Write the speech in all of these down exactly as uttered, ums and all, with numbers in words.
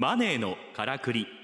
マネーのからくり。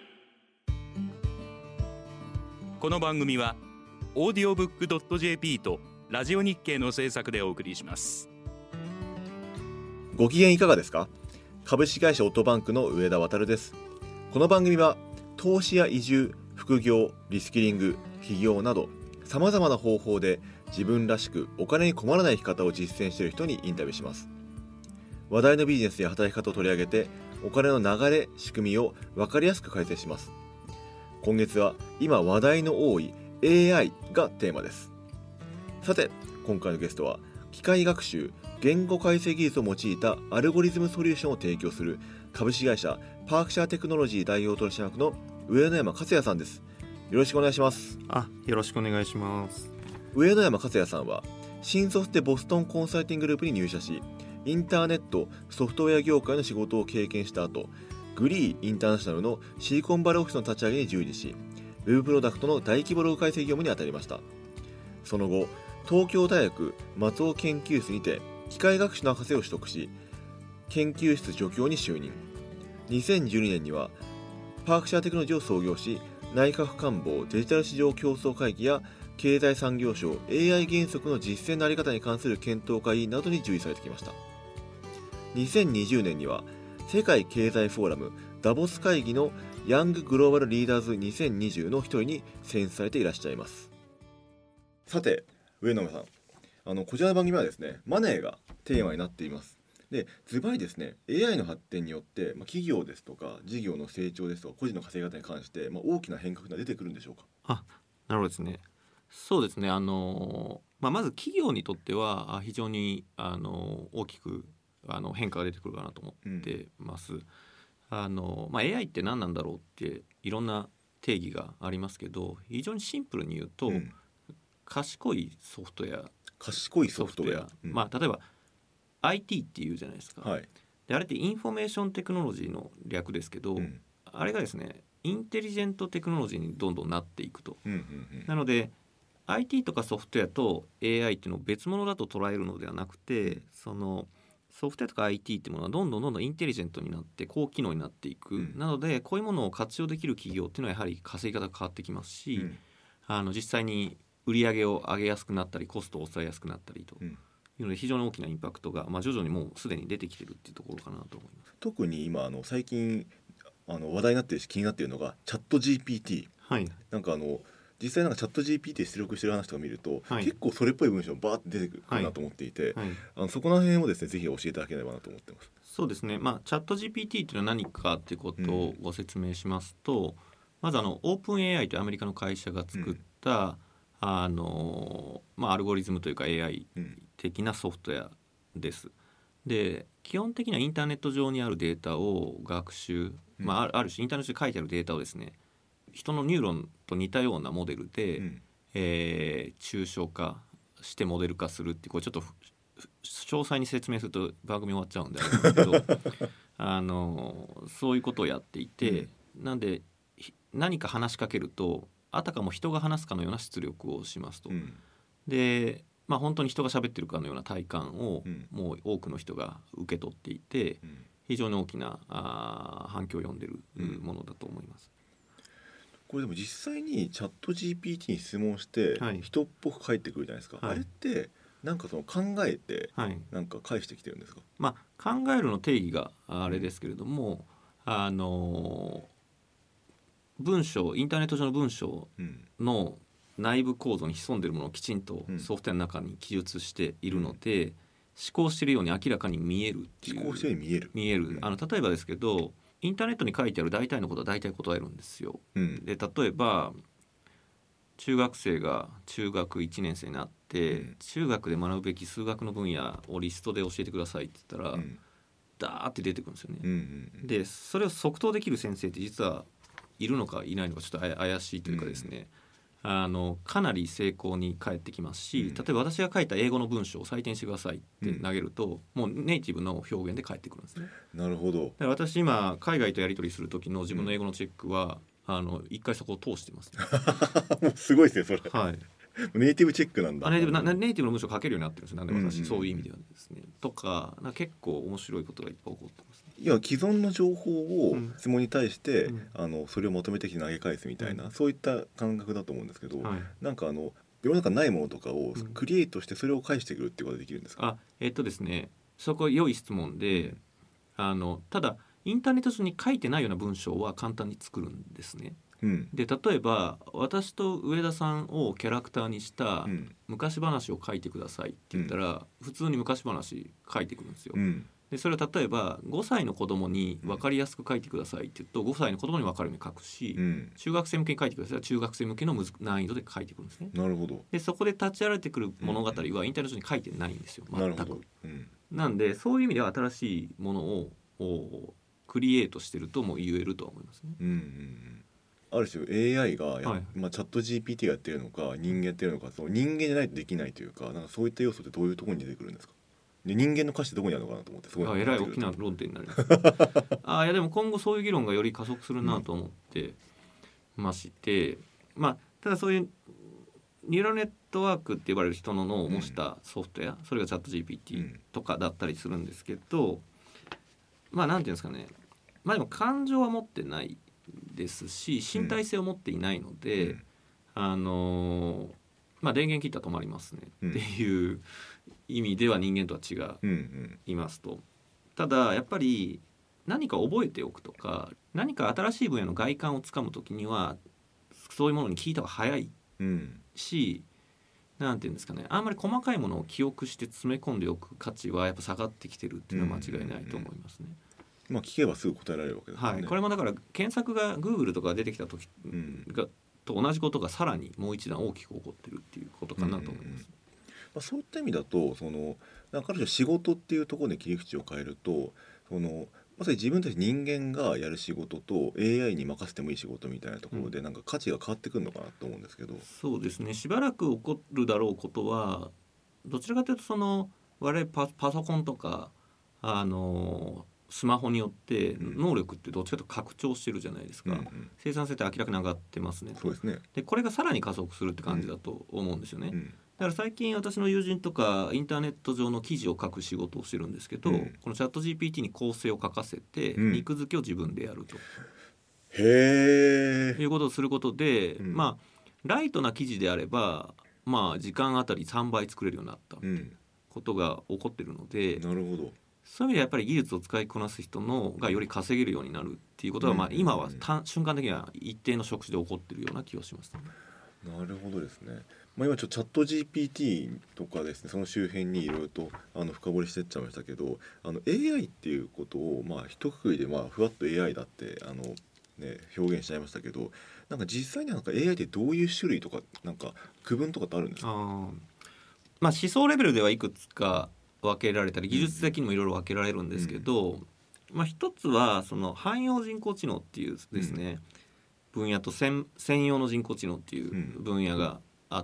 この番組はオーディオブックドットジェーピー とラジオ日経の制作でお送りします。 ご機嫌いかがですか？株式会社オットバンクの上田渉です。この番組は投資や移住、副業、リスキリング、起業などさまざまな方法で自分らしくお金に困らない生き方を実践している人にインタビューします。話題のビジネスや働き方を取り上げてお金の流れ、仕組みを分かりやすく解説します。今月は今話題の多い エーアイ がテーマです。さて、今回のゲストは機械学習、言語解析技術を用いたアルゴリズムソリューションを提供する株式会社パークシャーテクノロジー代表取締役の上野山克也さんです。よろしくお願いします。 あ、よろしくお願いします。 上野山克也さんは新卒でボストンコンサルティンググループに入社し、インターネットソフトウェア業界の仕事を経験した後、グリーインターナショナルのシリコンバレーオフィスの立ち上げに従事し、ウェブプロダクトの大規模ログ解析業務に当たりました。その後、東京大学松尾研究室にて機械学習の博士を取得し、研究室助教に就任。にせんじゅうにねんにはパークシャーテクノロジーを創業し、内閣官房デジタル市場競争会議や経済産業省 エーアイ 原則の実践の在り方に関する検討会議などに従事されてきました。にせんにじゅうねんには世界経済フォーラムダボス会議のヤンググローバルリーダーズにせんにじゅうの一人に選出されていらっしゃいます。さて、上野さん、あのこちらの番組はですね、マネーがテーマになっています。で、ズバリですね、 エーアイ の発展によって、まあ、企業ですとか事業の成長ですとか個人の稼ぎ方に関して、まあ、大きな変革が出てくるんでしょうか？ あ、なるほどですね。そうですね、あの、まあ、まず企業にとっては非常にあの大きくあの変化が出てくるかなと思ってます。うん、あのまあ、エーアイ って何なんだろうっていろんな定義がありますけど、非常にシンプルに言うと、うん、賢いソフトウェア賢いソフトウェア、 うん、まあ、例えば アイティー っていうじゃないですか。はい、であれってインフォメーションテクノロジーの略ですけど、うん、あれがですねインテリジェントテクノロジーにどんどんなっていくと、うんうんうん、なので アイティー とかソフトウェアと エーアイ っていうのを別物だと捉えるのではなくて、うん、そのソフトウェアとか アイティー っていうものはどんどんどんどんインテリジェントになって高機能になっていく、うん、なのでこういうものを活用できる企業っていうのはやはり稼ぎ方が変わってきますし、うん、あの実際に売り上げを上げやすくなったりコストを抑えやすくなったりというので非常に大きなインパクトが、まあ、徐々にもうすでに出てきてるっていうところかなと思います。 特に今あの最近あの話題になってるし気になっているのがチャット ジーピーティー、はい、なんかあの実際なんかチャット ジーピーティー 出力してる話とか見ると、はい、結構それっぽい文章がバーって出てくるなと思っていて、はいはい、あのそこら辺をですねぜひ教えていただければなと思ってます。 そうですね、まあ、チャット ジーピーティー というのは何かっていうことをご説明しますと、うん、まずあのオープン エーアイ というアメリカの会社が作った、うんあのまあ、アルゴリズムというか エーアイ 的なソフトウェアです。で基本的にはインターネット上にあるデータを学習、まあ、ある種インターネットで書いてあるデータをですね人のニューロンと似たようなモデルで、うんえー、抽象化してモデル化するっていうこれちょっと詳細に説明すると番組終わっちゃうんであれなんですけどあのそういうことをやっていて、うん、なんで何か話しかけるとあたかも人が話すかのような出力をしますと、うん、で、まあ、本当に人が喋ってるかのような体感を、うん、もう多くの人が受け取っていて、うん、非常に大きなあ反響を呼んでるものだと思います。 これでも実際にチャット ジーピーティー に質問して人っぽく返ってくるじゃないですか、はい、あれってなんかその考えてなんか返してきてるんですか？はいまあ、考えるの定義があれですけれども、うん、あの文章インターネット上の文章の内部構造に潜んでいるものをきちんとソフトウェアの中に記述しているので、うん、思考しているように明らかに見えるっていう。 思考してるように見える見える、うん、あの例えばですけどインターネットに書いてある大体のことは大体答えるんですよ、うん、で例えば中学生が中学いちねん生になって、うん、中学で学ぶべき数学の分野をリストで教えてくださいって言ったら、うん、ダーって出てくるんですよね、うんうんうん、でそれを即答できる先生って実はいるのかいないのかちょっと怪しいというかですね、うん、あのかなり成功に返ってきますし、うん、例えば私が書いた英語の文章を採点してくださいって投げると、うん、もうネイティブの表現で返ってくるんですね。 なるほど。 だから私今海外とやり取りする時の自分の英語のチェックは、うん、あの一回そこを通してます、ね、 もうすごいですねそれ、 はい、 ネイティブチェックなんだ。 ネイティブなネイティブの文章を書けるようになってるんですなんで私、うんうん、そういう意味ではですねとか、なんか結構面白いことがいっぱい起こってますね。 要は既存の情報をうん質問に対して、 うんあのそれをまとめてきて投げ返すみたいな、 うんそういった感覚だと思うんですけど、 はい、 なんかあの世の中ないものとかをうんクリエイトしてそれを返してくるっていうことができるんですか？ あえっとですねそこ良い質問で、あのただインターネット上に書いてないような文章は簡単に作るんですね。 うんで例えば私と上田さんをキャラクターにしたうん昔話を書いてくださいって言ったら、普通に昔話書いてくるんですよ。 うんでそれを例えばごさいの子供に分かりやすく書いてくださいって言うとごさいの子供に分かるように書くし、 うん中学生向けに書いてください中学生向けのむず難易度で書いてくるんですね。 なるほどでそこで立ち現れてくる物語はインターネット上に書いてないんですよ全く。 なるほど、うんなんでそういう意味では新しいものをおクリエイトしてるとも言えるとは思いますね。 うんうんうん、ある種 エーアイ がや、 はいまあ、チャット ジーピーティー がやってるのか人間やってるのか、その人間じゃないとできないというか、なんかそういった要素ってどういうところに出てくるんですか？で人間の価値ってどこにあるのかなと思って、すごいあえらい大きな論点になりますあいやでも今後そういう議論がより加速するなと思ってまして、まあただそういうニューラルネットワークって呼ばれる人の脳を模したソフトウェア、それがチャット ジーピーティー とかだったりするんですけど、まあなんていうんですかね、まあでも感情は持ってないですし身体性を持っていないので、 うんあのーまあ電源切ったら止まりますね、 うんっていう意味では人間とは違うんうんいますと。ただやっぱり何か覚えておくとか何か新しい分野の外観をつかむときにはそういうものに聞いた方が早いうんし、なんていうんですかね、あんまり細かいものを記憶して詰め込んでおく価値はやっぱ下がってきてるっていうのは間違いないと思いますね。 まあ聞けばすぐ答えられるわけですよね。 はい、これもだから検索が Google とか出てきた時うんがと同じことがさらにもう一段大きく起こってるっていうことかなと思います。 まあ、そういった意味だとそのなんかある種仕事っていうところで切り口を変えると、そのまさに自分たち人間がやる仕事と エーアイ に任せてもいい仕事みたいなところでなんか価値が変わってくるのかなと思うんですけど、 そうですね、しばらく起こるだろうことはどちらかというとその我々 パ, パソコンとかあのスマホによって能力ってどっちかというと拡張してるじゃないですか、 うんうん生産性って明らかに上がってますね。 そうですね。 でこれがさらに加速するって感じだと思うんですよね。 うんだから最近私の友人とかインターネット上の記事を書く仕事をしてるんですけど、 うんこのチャット ジーピーティー に構成を書かせて、 うん肉付けを自分でやるとへえ。 いうことをすることで、 うんまあライトな記事であればまあ時間あたりさんばい作れるようになったうん、 ことが起こってるので、 なるほど。 そういう意味ではやっぱり技術を使いこなす人のがより稼げるようになるっていうことは、まあうん今は単瞬間的には一定の職種で起こってるような気がしますね。 なるほどですね。まあ、今ちょっとチャット ジーピーティー とかですね、その周辺にいろいろとあの深掘りしてっちゃいましたけど、あの エーアイ っていうことをまあ一括りでまあふわっと エーアイ だってあのね表現しちゃいましたけど、なんか実際になんか エーアイ ってどういう種類とかなんか区分とかってあるんですか？ あーまあ思想レベルではいくつか分けられたり技術的にもいろいろ分けられるんですけど、まあ一つはその汎用人工知能っていうですね、分野と専専用の人工知能っていう分野があって、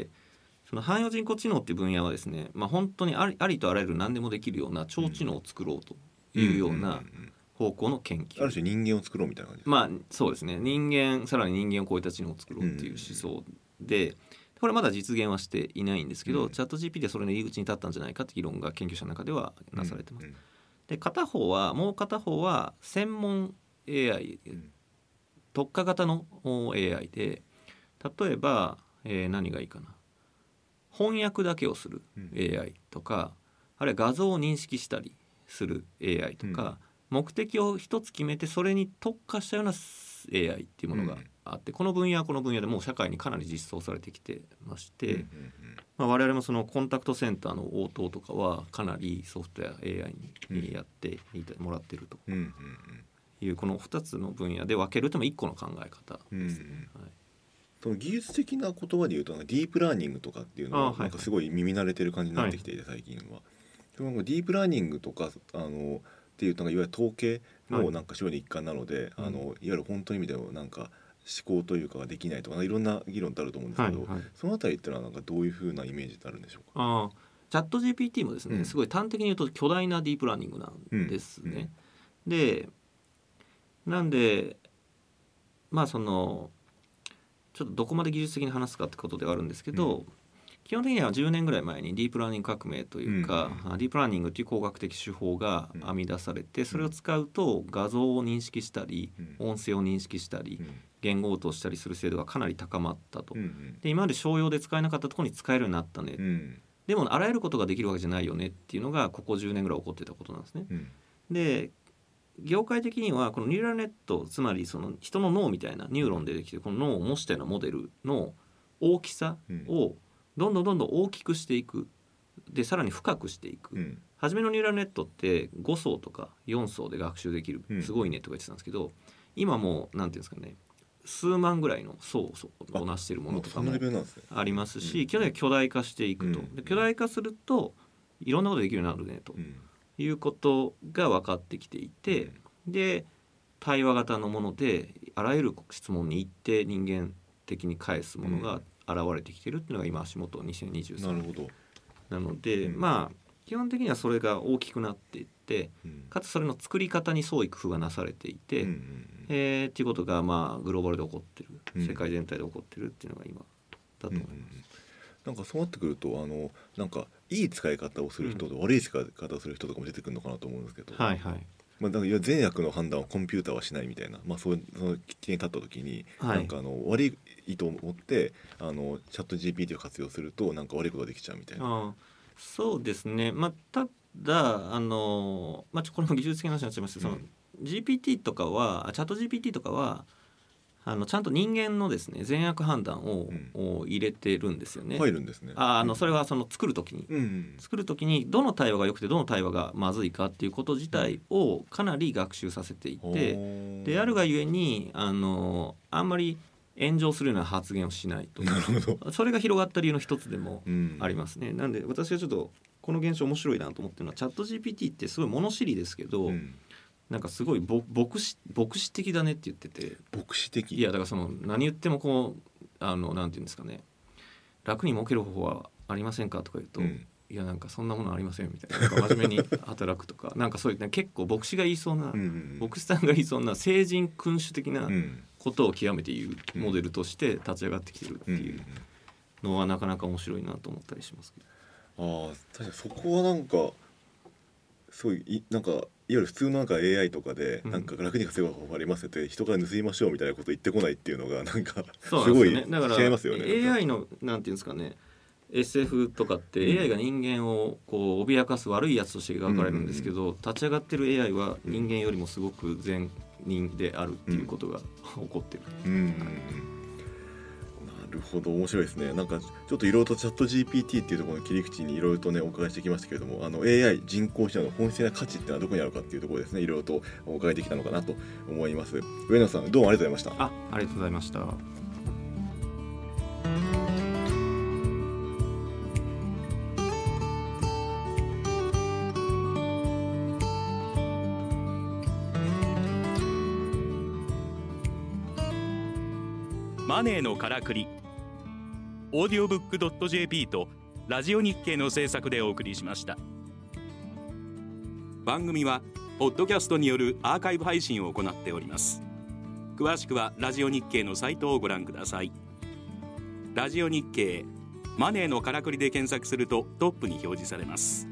その汎用人工知能っていう分野はですね、まあ本当にあり、ありとあらゆる何でもできるような超知能を作ろうというような方向の研究、 ある種人間を作ろうみたいな感じですか？ まあそうですね、人間さらに人間を超えた知能を作ろうっていう思想で、これまだ実現はしていないんですけど、 うんチャット ジーピーティー はそれの入り口に立ったんじゃないかって議論が研究者の中ではなされてます。 うんで片方はもう片方は専門 エーアイ、 ん特化型の エーアイ で、例えば、えー何がいいかな、翻訳だけをする エーアイ とか、あるいは画像を認識したりする エーアイ とか、目的を一つ決めてそれに特化したような エーアイ っていうものがあって、この分野はこの分野でもう社会にかなり実装されてきてまして、 うんうんまあ、我々もそのコンタクトセンターの応答とかはかなりソフトウェア エーアイ にやってもらっているとうんうんいう、このふたつの分野で分けるともいっこの考え方ですね。はい、 その技術的な言葉で言うとなんかディープラーニングとかっていうのあはいはなんかすごい耳慣れてる感じになってきていて、最近は。でもなんかディープラーニングとかあのっていうなんかいわゆる統計のなんか手話の一環なので、 はいあのいわゆる本当の意味でのなんか思考というかができないとかいろんな議論ってあると思うんですけど、 はいはい、 そのあたりってのはなんかどういうふうなイメージってあるんでしょうか？ あチャット ジーピーティー もですね、 うんすごい端的に言うと巨大なディープラーニングなんですね。 うんでなんでまあそのちょっとどこまで技術的に話すかってことではあるんですけど、 うん基本的にはじゅうねんぐらい前にディープラーニング革命というか、うん、ディープラーニングという工学的手法が編み出されて、それを使うと画像を認識したり、うん、音声を認識したり、うん、言語応答したりする精度がかなり高まったと、うん、で今まで商用で使えなかったところに使えるようになったね、うん、でもあらゆることができるわけじゃないよねっていうのがここじゅうねんぐらい起こってたことなんですね、うん、で業界的にはこのニューラルネット、つまりその人の脳みたいなニューロンでできているこの脳を模したようなモデルの大きさをどんどんどんどん大きくしていく、でさらに深くしていく、うん、初めのニューラルネットってご層とかよん層で学習できる、すごいねとか言ってたんですけど、今もうなんていうんですかね、数万ぐらいの層をなしているものとかもありますし、基本的には巨大化していくと、で巨大化するといろんなことできるようになるねと、うんいうことが分かってきていて、で対話型のものであらゆる質問に一定人間的に返すものが現れてきてるっていうのが今足元にせんにじゅうさんねんなるほどなので、うん、まあ基本的にはそれが大きくなっていって、うん、かつそれの作り方に創意工夫がなされていて、うんうんうんえー、っていうことがまあグローバルで起こってる、うん、世界全体で起こってるっていうのが今だと思います、うんうんなんかそうなってくるとあのなんかいい使い方をする人と悪い使い方をする人とかも出てくるのかなと思うんですけど、 はいはいまあ、だから善悪の判断をコンピューターはしないみたいな、まあ、そ, その危機に立った時に、はい、なんかあの悪い意図を持ってあのチャット ジーピーティー を活用するとなんか悪いことができちゃうみたいな。 あそうですね、まあ、ただあの、まあ、ちょこれも技術的な話になっちゃいますけど、うん、その ジーピーティー とかはチャット ジーピーティー とかはあのちゃんと人間のですね善悪判断を、うん、入れてるんですよね。 入るんですね。 ああのそれはその作るときに、うん、作るときにどの対話が良くてどの対話がまずいかっていうこと自体をかなり学習させていて、うん、であるがゆえにあのあんまり炎上するような発言をしないと。 なるほど。 それが広がった理由の一つでもありますね、うん、なんで私がちょっとこの現象面白いなと思ってるのはチャット ジーピーティー ってすごい物知りですけど、うんなんかすごいぼ牧師牧師的だねって言ってて牧師的いやだからその何言ってもこうあのなんていうんですかね楽に儲ける方法はありませんかとか言うと、うん、いやなんかそんなものありませんみたい な, なんか真面目に働くとかなんかそういう、ね、結構牧師が言いそうな、うんうん、牧師さんが言いそうな聖人君主的なことを極めて言うモデルとして立ち上がってきてるっていうのはなかなか面白いなと思ったりしますけど、あ確かにそこはなんかすごいなんかいわゆる普通のなんか エーアイ とかでなんか楽に稼ぐ方法ありますって人から盗みましょうみたいなこと言ってこないっていうのがなんかすごい違いますよね。 エーアイ のなんていうんですかね エスエフ とかって エーアイ が人間をこう脅かす悪いやつとして描かれるんですけど、立ち上がってる エーアイ は人間よりもすごく善人であるっていうことが起こってる、うんうんはいなるほど面白いですね。なんかちょっといろいろとチャット ジーピーティー っていうところの切り口にいろいろとねお伺いしてきましたけれども、あの エーアイ 人工知能の本質的な価値っていうのはどこにあるかっていうところですねいろいろとお伺いできたのかなと思います。上野さんどうもありがとうございました。 あ、ありがとうございました。 マネーのからくりオーディオブックドットジェーピー とラジオ日経の制作でお送りしました。番組はポッドキャストによるアーカイブ配信を行っております。詳しくはラジオ日経のサイトをご覧ください。ラジオ日経マネーのからくりで検索するとトップに表示されます。